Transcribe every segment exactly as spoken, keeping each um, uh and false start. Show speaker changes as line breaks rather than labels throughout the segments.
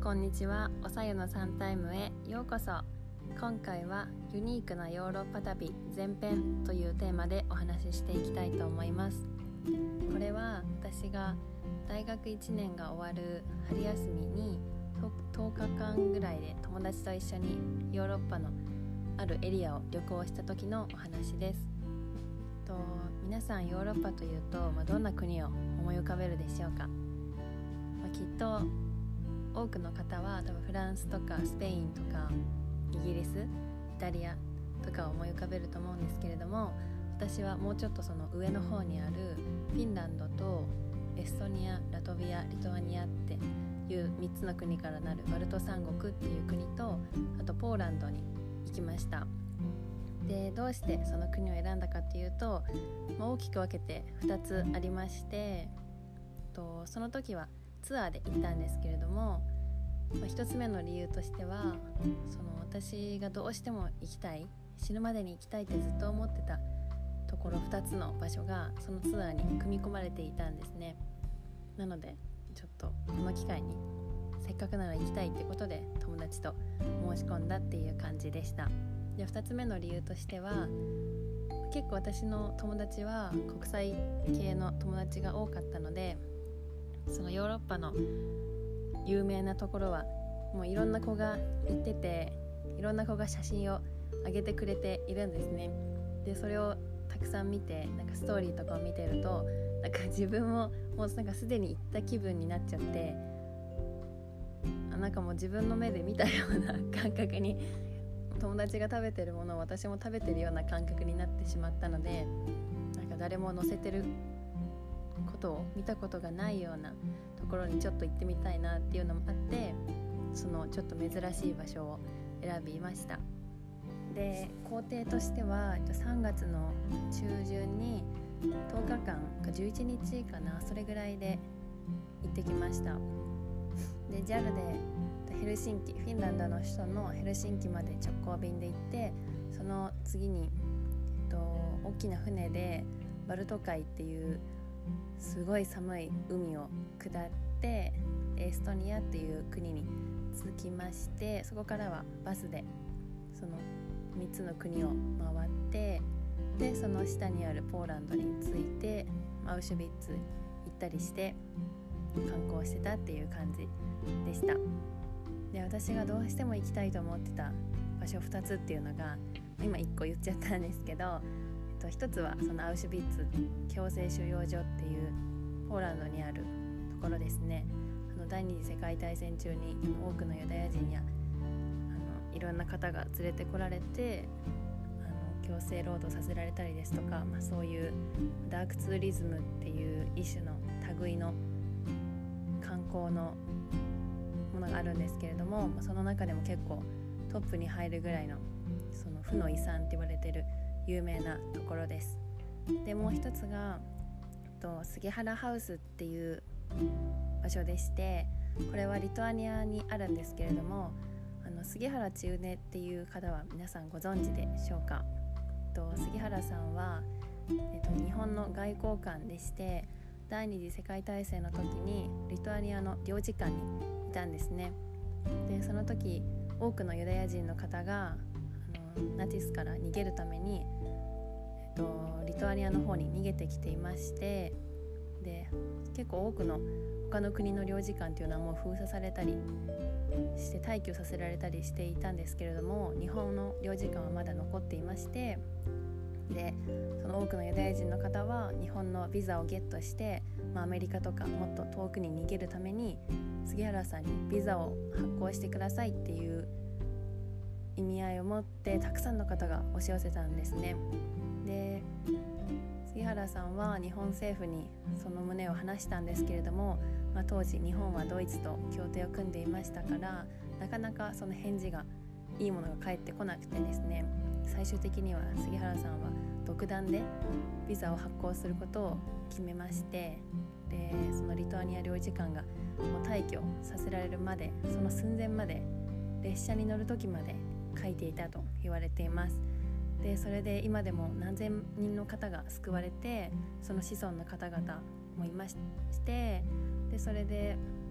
こんにちは。おさゆのサンタイムへようこそ。今回はユニークなヨーロッパ旅前編というテーマでお話ししていきたいと思います。これは私が大学いちねんが終わる春休みにとおかかんぐらいで友達と一緒にヨーロッパのあるエリアを旅行した時のお話です。と皆さんヨーロッパというと、まあ、どんな国を思い浮かべるでしょうか。まあ、きっと多くの方は多分フランスとかスペインとかイギリス、イタリアとかを思い浮かべると思うんですけれども、私はもうちょっとその上の方にあるフィンランドとエストニア、ラトビア、リトアニアっていうみっつの国からなるバルト三国っていう国と、あとポーランドに行きました。で、どうしてその国を選んだかっていうと、まあ、大きく分けてふたつありまして、とその時はツアーで行ったんですけれども、まあ、ひとつめの理由としては、その私がどうしても行きたい、死ぬまでに行きたいってずっと思ってたところふたつの場所がそのツアーに組み込まれていたんですね。なのでちょっとこの機会にせっかくなら行きたいってことで友達と申し込んだっていう感じでした。で、ふたつめの理由としては、結構私の友達は国際系の友達が多かったので、そのヨーロッパの有名なところはもういろんな子が行ってて、いろんな子が写真を上げてくれているんですね。で、それをたくさん見て、なんかストーリーとかを見てると、なんか自分ももうなんかすでに行った気分になっちゃって、なんかもう自分の目で見たような感覚に、友達が食べてるものを私も食べてるような感覚になってしまったので、なんか誰も載せてることを見たことがないようなところにちょっと行ってみたいなっていうのもあって、そのちょっと珍しい場所を選びました。で、行程としてはさんがつの中旬にとおかかんかじゅういちにちかな、それぐらいで行ってきました。で、 ジャル でヘルシンキ、フィンランドの首都のヘルシンキまで直行便で行って、その次に、えっと、大きな船でバルト海っていうすごい寒い海を下ってエストニアっていう国に着きまして、そこからはバスでそのみっつの国を回って、でその下にあるポーランドに着いてアウシュビッツ行ったりして観光してたっていう感じでした。で、私がどうしても行きたいと思ってた場所ふたつっていうのが今いっこ言っちゃったんですけど、ひとつはそのアウシュビッツ強制収容所っていうポーランドにあるところですね。あの第二次世界大戦中に多くのユダヤ人やあのいろんな方が連れてこられて、あの強制労働させられたりですとか、まあ、そういうダークツーリズムっていう一種の類の観光のものがあるんですけれども、その中でも結構トップに入るぐらいのその負の遺産って言われてる有名なところです。で、もう一つがと杉原ハウスっていう場所でして、これはリトアニアにあるんですけれども、あの杉原千畝っていう方は皆さんご存知でしょうか。と杉原さんは、えっと、日本の外交官でして、第二次世界大戦の時にリトアニアの領事館にいたんですね。で、その時多くのユダヤ人の方があのナチスから逃げるために、えっと、リトアニアの方に逃げてきていまして、で結構多くの他の国の領事館というのはもう封鎖されたりして退去させられたりしていたんですけれども、日本の領事館はまだ残っていまして、でその多くのユダヤ人の方は日本のビザをゲットして、まあ、アメリカとかもっと遠くに逃げるために杉原さんにビザを発行してくださいっていう意味合いを持ってたくさんの方が押し寄せたんですね。で、杉原さんは日本政府にその旨を話したんですけれども、まあ、当時日本はドイツと協定を組んでいましたから、なかなかその返事がいいものが返ってこなくてですね、最終的には杉原さんは独断でビザを発行することを決めまして、でそのリトアニア領事館がもう退去させられるまで、その寸前まで、列車に乗る時まで書いていたと言われています。でそれで今でも何千人の方が救われて、その子孫の方々もいまして、でそれで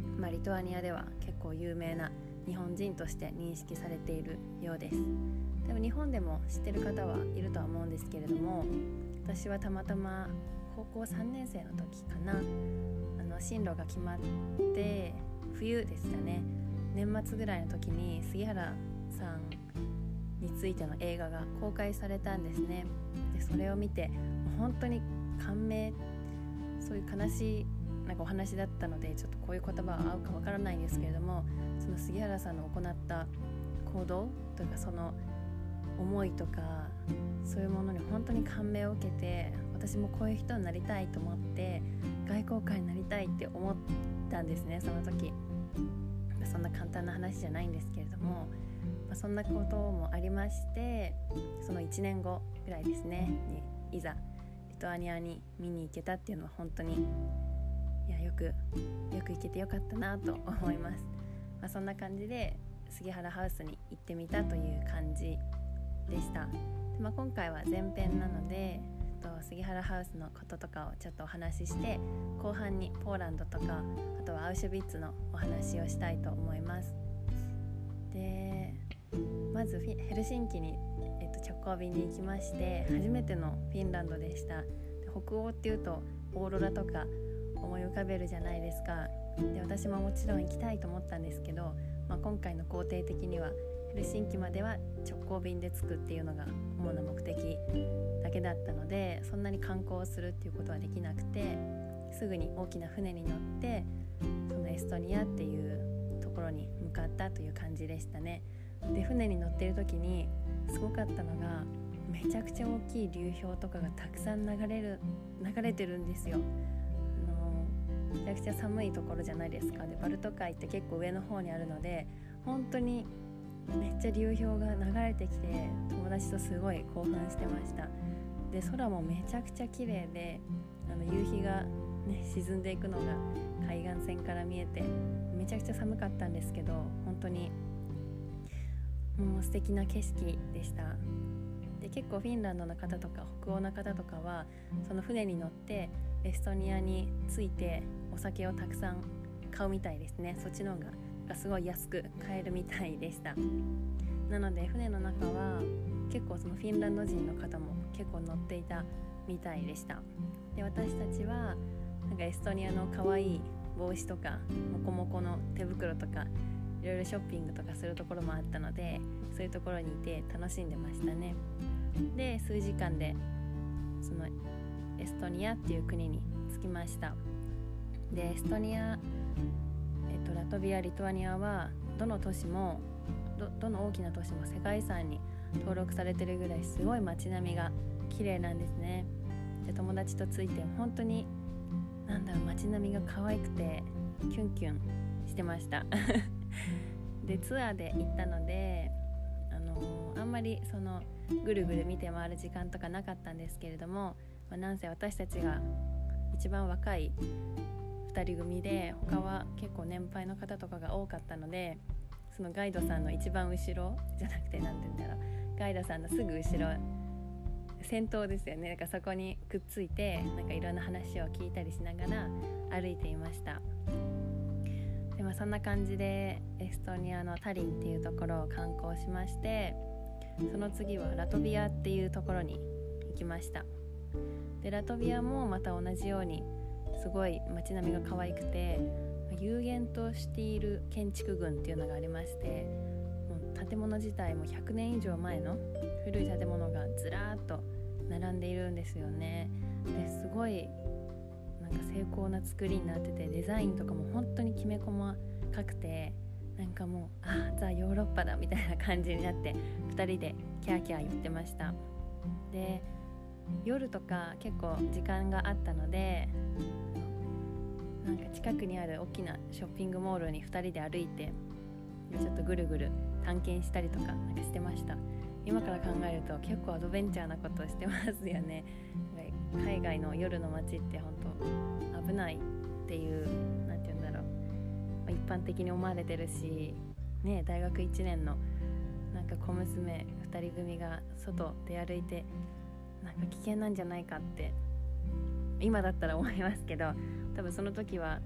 まあ、リトアニアでは結構有名な日本人として認識されているようです。でも日本でも知ってる方はいるとは思うんですけれども、私はたまたま高校さんねん生の時かな、あの進路が決まって冬でしたね、年末ぐらいの時に杉原さんについての映画が公開されたんですね。でそれを見てもう本当に感銘、そういう悲しいなんかお話だったので、ちょっとこういう言葉は合うかわからないんですけれども、その杉原さんの行った行動というかその思いとかそういうものに本当に感銘を受けて、私もこういう人になりたいと思って外交官になりたいって思ったんですね、その時。そんな簡単な話じゃないんですけれども、まあ、そんなこともありまして、そのいちねんごぐらいですねにいざリトアニアに見に行けたっていうのは本当にいやよくよく行けてよかったなと思います。まあ、そんな感じで杉原ハウスに行ってみたという感じでした。で、まあ、今回は前編なのでと杉原ハウスのこととかをちょっとお話しして、後半にポーランドとかあとはアウシュビッツのお話をしたいと思います。でまずヘルシンキに、えっと、直行便に行きまして、初めてのフィンランドでした。で北欧っていうとオーロラとか思い浮かべるじゃないですか。で私ももちろん行きたいと思ったんですけど、まあ、今回の行程的にはヘルシンキまでは直行便で着くっていうのが主な目的だけだったので、そんなに観光するっていうことはできなくて、すぐに大きな船に乗ってそのエストニアっていうところに向かったという感じでしたね。で船に乗っている時にすごかったのが、めちゃくちゃ大きい流氷とかがたくさん流れる流れてるんですよ。あのめちゃくちゃ寒いところじゃないですか。でバルト海って結構上の方にあるので、本当にめっちゃ流氷が流れてきて、友達とすごい興奮してました。で空もめちゃくちゃ綺麗で、あの夕日が、ね、沈んでいくのが海岸線から見えて、めちゃくちゃ寒かったんですけど、本当にもう素敵な景色でした。で結構フィンランドの方とか北欧の方とかはその船に乗ってエストニアに着いてお酒をたくさん買うみたいですね。そっちの方がすごい安く買えるみたいでした。なので船の中は結構そのフィンランド人の方も結構乗っていたみたいでした。で私たちはなんかエストニアの可愛い帽子とかモコモコの手袋とかいろいろショッピングとかするところもあったので、そういうところにいて楽しんでましたね。で数時間でそのエストニアっていう国に着きました。でエストニア、えっと、ラトビア、リトアニアはどの都市も ど, どの大きな都市も世界遺産に登録されてるぐらいすごい街並みが綺麗なんですね。で友達とついて本当になんだろう街並みが可愛くてキュンキュンしてましたでツアーで行ったので、あのー、あんまりそのぐるぐる見て回る時間とかなかったんですけれども、まあ、なんせ私たちが一番若いふたり組で、他は結構年配の方とかが多かったので、そのガイドさんの一番後ろじゃなくてなんて言うんだろう、ガイドさんのすぐ後ろ先頭ですよね。なんかそこにくっついてなんかいろんな話を聞いたりしながら歩いていました。で、まあ、そんな感じでエストニアのタリンっていうところを観光しまして、その次はラトビアっていうところに行きました。でラトビアもまた同じようにすごい街並みが可愛くて、幽玄としている建築群っていうのがありまして、もう建物自体もひゃくねん以上前の古い建物がずらーっと並んでいるんですよね。ですごいなんか精巧な作りになってて、デザインとかも本当にきめ細かくて、なんかもうあーザ・ヨーロッパだみたいな感じになってふたりでキャーキャー言ってました。で夜とか結構時間があったので、なんか近くにある大きなショッピングモールにふたりで歩いてちょっとぐるぐる探検したりとかなんかしてました。今から考えると結構アドベンチャーなことをしてますよね。海外の夜の街って本当危ないっていう、なんていうんだろう、まあ、一般的に思われてるし、ね、大学いちねんのなんか小娘ふたり組が外出歩いてなんか危険なんじゃないかって今だったら思いますけど、多分その時は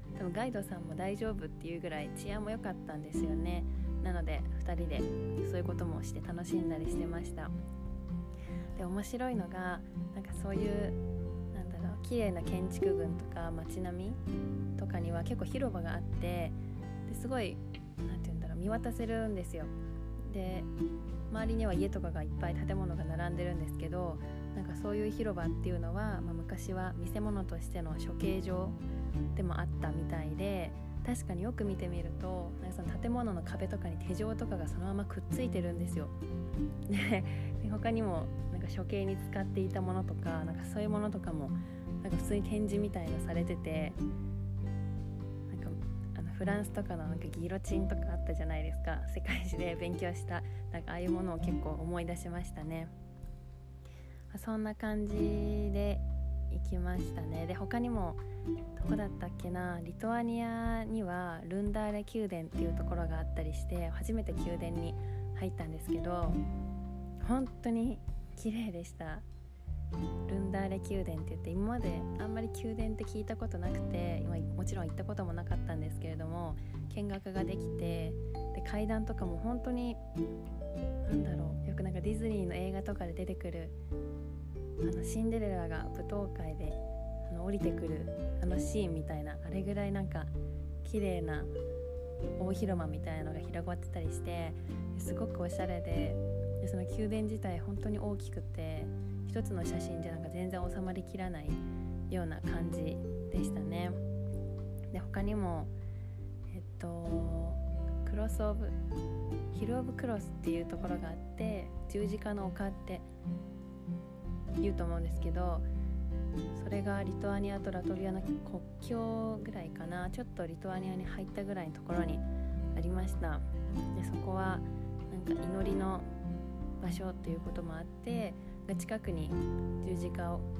多分ガイドさんも大丈夫っていうぐらい治安も良かったんですよね。なのでふたりでそういうこともして楽しんだりしてました。で面白いのがなんかそういうなんだろう綺麗な建築群とか街並みとかには結構広場があって、ですごいなんていうんだろう見渡せるんですよ。で周りには家とかがいっぱい建物が並んでるんですけど、なんかそういう広場っていうのは、まあ、昔は見せ物としての処刑場でもあったみたいで、確かによく見てみるとなんかその建物の壁とかに手錠とかがそのままくっついてるんですよ。で他にもなんか処刑に使っていたものとか、なんかそういうものとかもなんか普通に展示みたいのされてて、なんかあのフランスとかのなんかギロチンとかあったじゃないですか。世界史で勉強したなんかああいうものを結構思い出しましたね。そんな感じで行きましたね。で他にもどこだったっけな、リトアニアにはルンダーレ宮殿っていうところがあったりして、初めて宮殿に入ったんですけど本当に綺麗でした。ルンダーレ宮殿って言って、今まであんまり宮殿って聞いたことなくて、今もちろん行ったこともなかったんですけれども、見学ができて、で階段とかも本当になんだろう、よくなんかディズニーの映画とかで出てくるあのシンデレラが舞踏会であの降りてくるあのシーンみたいな、あれぐらいなんか綺麗な大広間みたいなのが広がってたりして、すごくおしゃれで、でその宮殿自体本当に大きくて、一つの写真じゃなんか全然収まりきらないような感じでしたね。で他にもえっとクロスオブヒルオブクロスっていうところがあって、十字架の丘って言うと思うんですけど、それがリトアニアとラトビアの国境ぐらいかな、ちょっとリトアニアに入ったぐらいのところにありました。でそこはなんか祈りの場所っていうこともあって、近くに十字架のなんか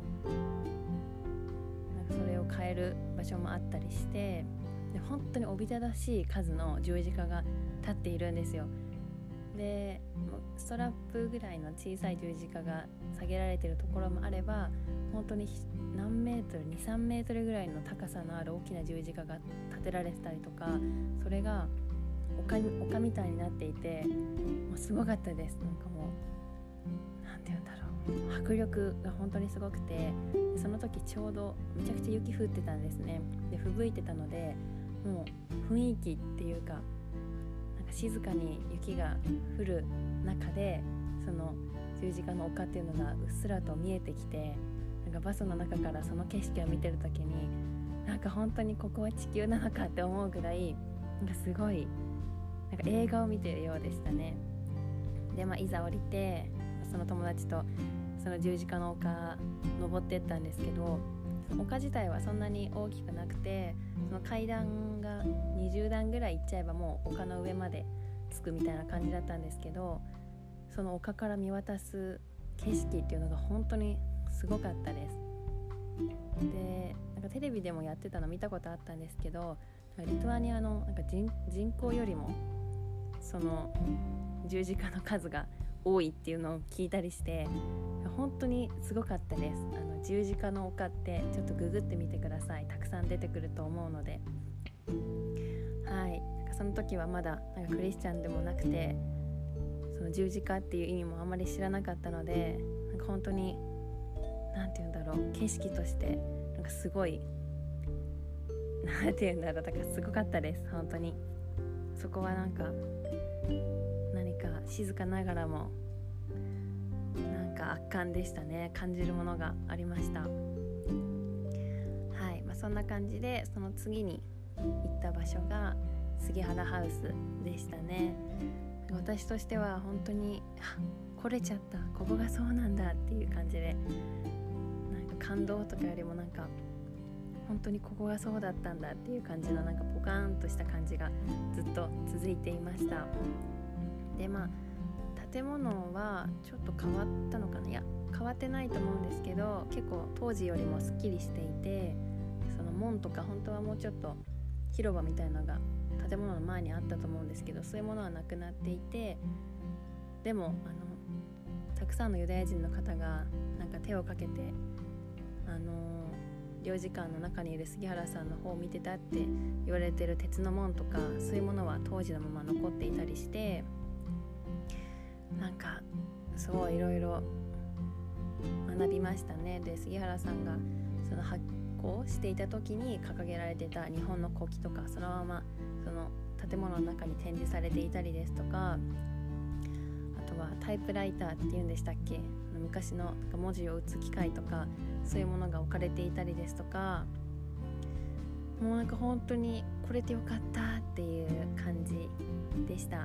それを変える場所もあったりして、で本当におびただしい数の十字架が立っているんですよ。でストラップぐらいの小さい十字架が下げられているところもあれば、本当に何メートル に,さん メートルぐらいの高さのある大きな十字架が立てられてたりとか、それが丘、丘みたいになっていて、もうすごかったです。なんかもうなんて言うんだろう、迫力が本当にすごくて、その時ちょうどめちゃくちゃ雪降ってたんですね。で吹雪いてたので、もう雰囲気っていうか、なんか静かに雪が降る中でその十字架の丘っていうのがうっすらと見えてきて、なんかバスの中からその景色を見てる時に、なんか本当にここは地球なのかって思うぐらい、なんかすごいなんか映画を見てるようでしたね。で、まあ、いざ降りてその友達とその十字架の丘登ってったんですけど、その丘自体はそんなに大きくなくて、その階段がにじゅうだんぐらい行っちゃえばもう丘の上まで着くみたいな感じだったんですけど、その丘から見渡す景色っていうのが本当にすごかったです。でなんかテレビでもやってたの見たことあったんですけど、リトアニアのなんか 人, 人口よりもその十字架の数が多いっていうのを聞いたりして、本当にすごかったです。あの十字架の丘ってちょっとググってみてください。たくさん出てくると思うので。はい、なんかその時はまだなんかクリスチャンでもなくて、その十字架っていう意味もあまり知らなかったので、なんか本当になんて言うんだろう、景色としてなんかすごいなんて言うんだろう、だからすごかったです。本当にそこはなんか何か静かながらもなんか圧巻でしたね。感じるものがありました。はい、まあ、そんな感じでその次に行った場所が杉原ハウスでしたね。私としては本当に来れちゃった、ここがそうなんだっていう感じで、なんか感動とかよりもなんか本当にここがそうだったんだっていう感じのなんかポカーンとした感じがずっと続いていました。でまあ建物はちょっと変わったのかな、いや変わってないと思うんですけど、結構当時よりもすっきりしていて、その門とか本当はもうちょっと広場みたいなのが建物の前にあったと思うんですけど、そういうものはなくなっていて、でもあのたくさんのユダヤ人の方がなんか手をかけてあの領事館の中にいる杉原さんの方を見てたって言われてる鉄の門とか、そういうものは当時のまま残っていたりして、なんかすごいいろいろ学びましたね。で、杉原さんがその発行していた時に掲げられてた日本の国旗とか、そのままその建物の中に展示されていたりですとか、あとはタイプライターっていうんでしたっけ、昔の文字を打つ機械とか、そういうものが置かれていたりですとか、もうなんか本当にこれでよかったっていう感じでした。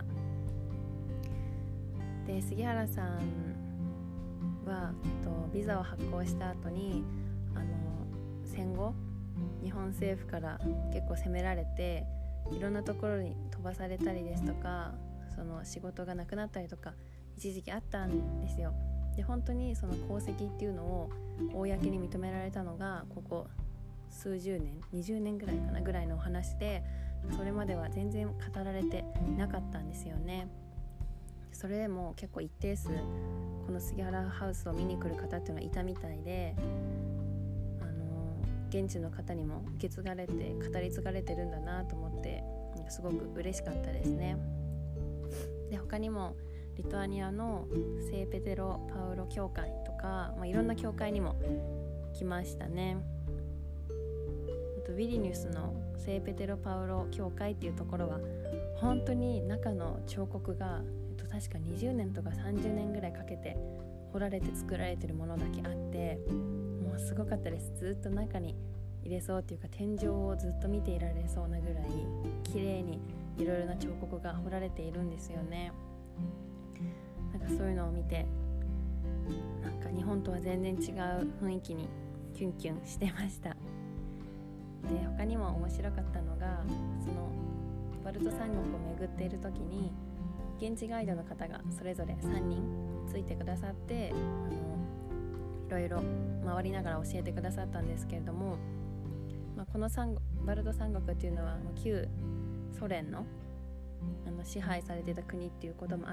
で、杉原さんはとビザを発行した後にあの戦後日本政府から結構責められて、いろんなところに飛ばされたりですとか、その仕事がなくなったりとか一時期あったんですよ。で、本当にその功績っていうのを公に認められたのがここ数十年、にじゅうねんぐらいかなぐらいのお話で、それまでは全然語られてなかったんですよね。それでも結構一定数この杉原ハウスを見に来る方っていうのはいたみたいで、あの現地の方にも受け継がれて語り継がれてるんだなと思って、なんかすごく嬉しかったですね。で、他にもリトアニアの聖ペテロ・パウロ教会とか、まあ、いろんな教会にも来ましたね。あとウィリニュスの聖ペテロ・パウロ教会っていうところは本当に中の彫刻が、えっと、確かにじゅうねんとかさんじゅうねんぐらいかけて彫られて作られてるものだけあって、もうすごかったです。ずっと中に入れそうっていうか、天井をずっと見ていられそうなぐらい綺麗にいろいろな彫刻が彫られているんですよね。なんかそういうのを見て、なんか日本とは全然違う雰囲気にキュンキュンしてました。で、他にも面白かったのが、そのバルト三国を巡っている時に現地ガイドの方がそれぞれさんにんついてくださって、あのいろいろ回りながら教えてくださったんですけれども、まあ、この三バルト三国っていうのは旧ソ連のあの支配されてた国っていうこともあって、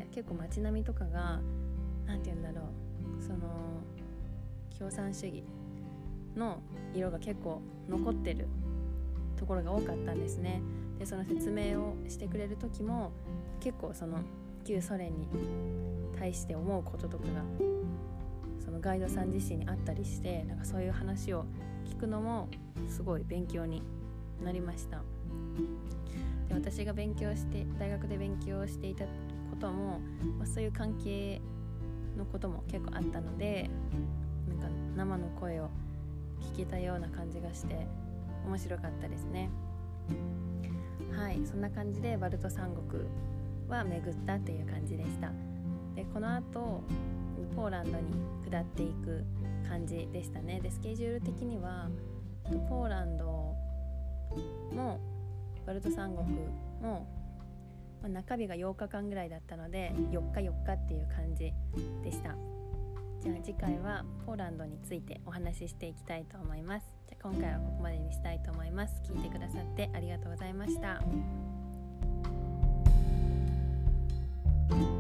結構街並みとかがなんて言うんだろう、その共産主義の色が結構残ってるところが多かったんですね。で、その説明をしてくれる時も結構その旧ソ連に対して思うこととかがそのガイドさん自身にあったりして、なんかそういう話を聞くのもすごい勉強になりました。で、私が勉強して大学で勉強していたことも、まあ、そういう関係のことも結構あったので、なんか生の声を聞けたような感じがして面白かったですね。はい、そんな感じでバルト三国は巡ったっていう感じでした。で、この後ポーランドに下っていく感じでしたね。で、スケジュール的にはポーランドもバルト三国も、まあ、中日がようかかんぐらいだったのでよっかよっかっていう感じでした。じゃあ次回はポーランドについてお話ししていきたいと思います。じゃあ今回はここまでにしたいと思います。聞いてくださってありがとうございました。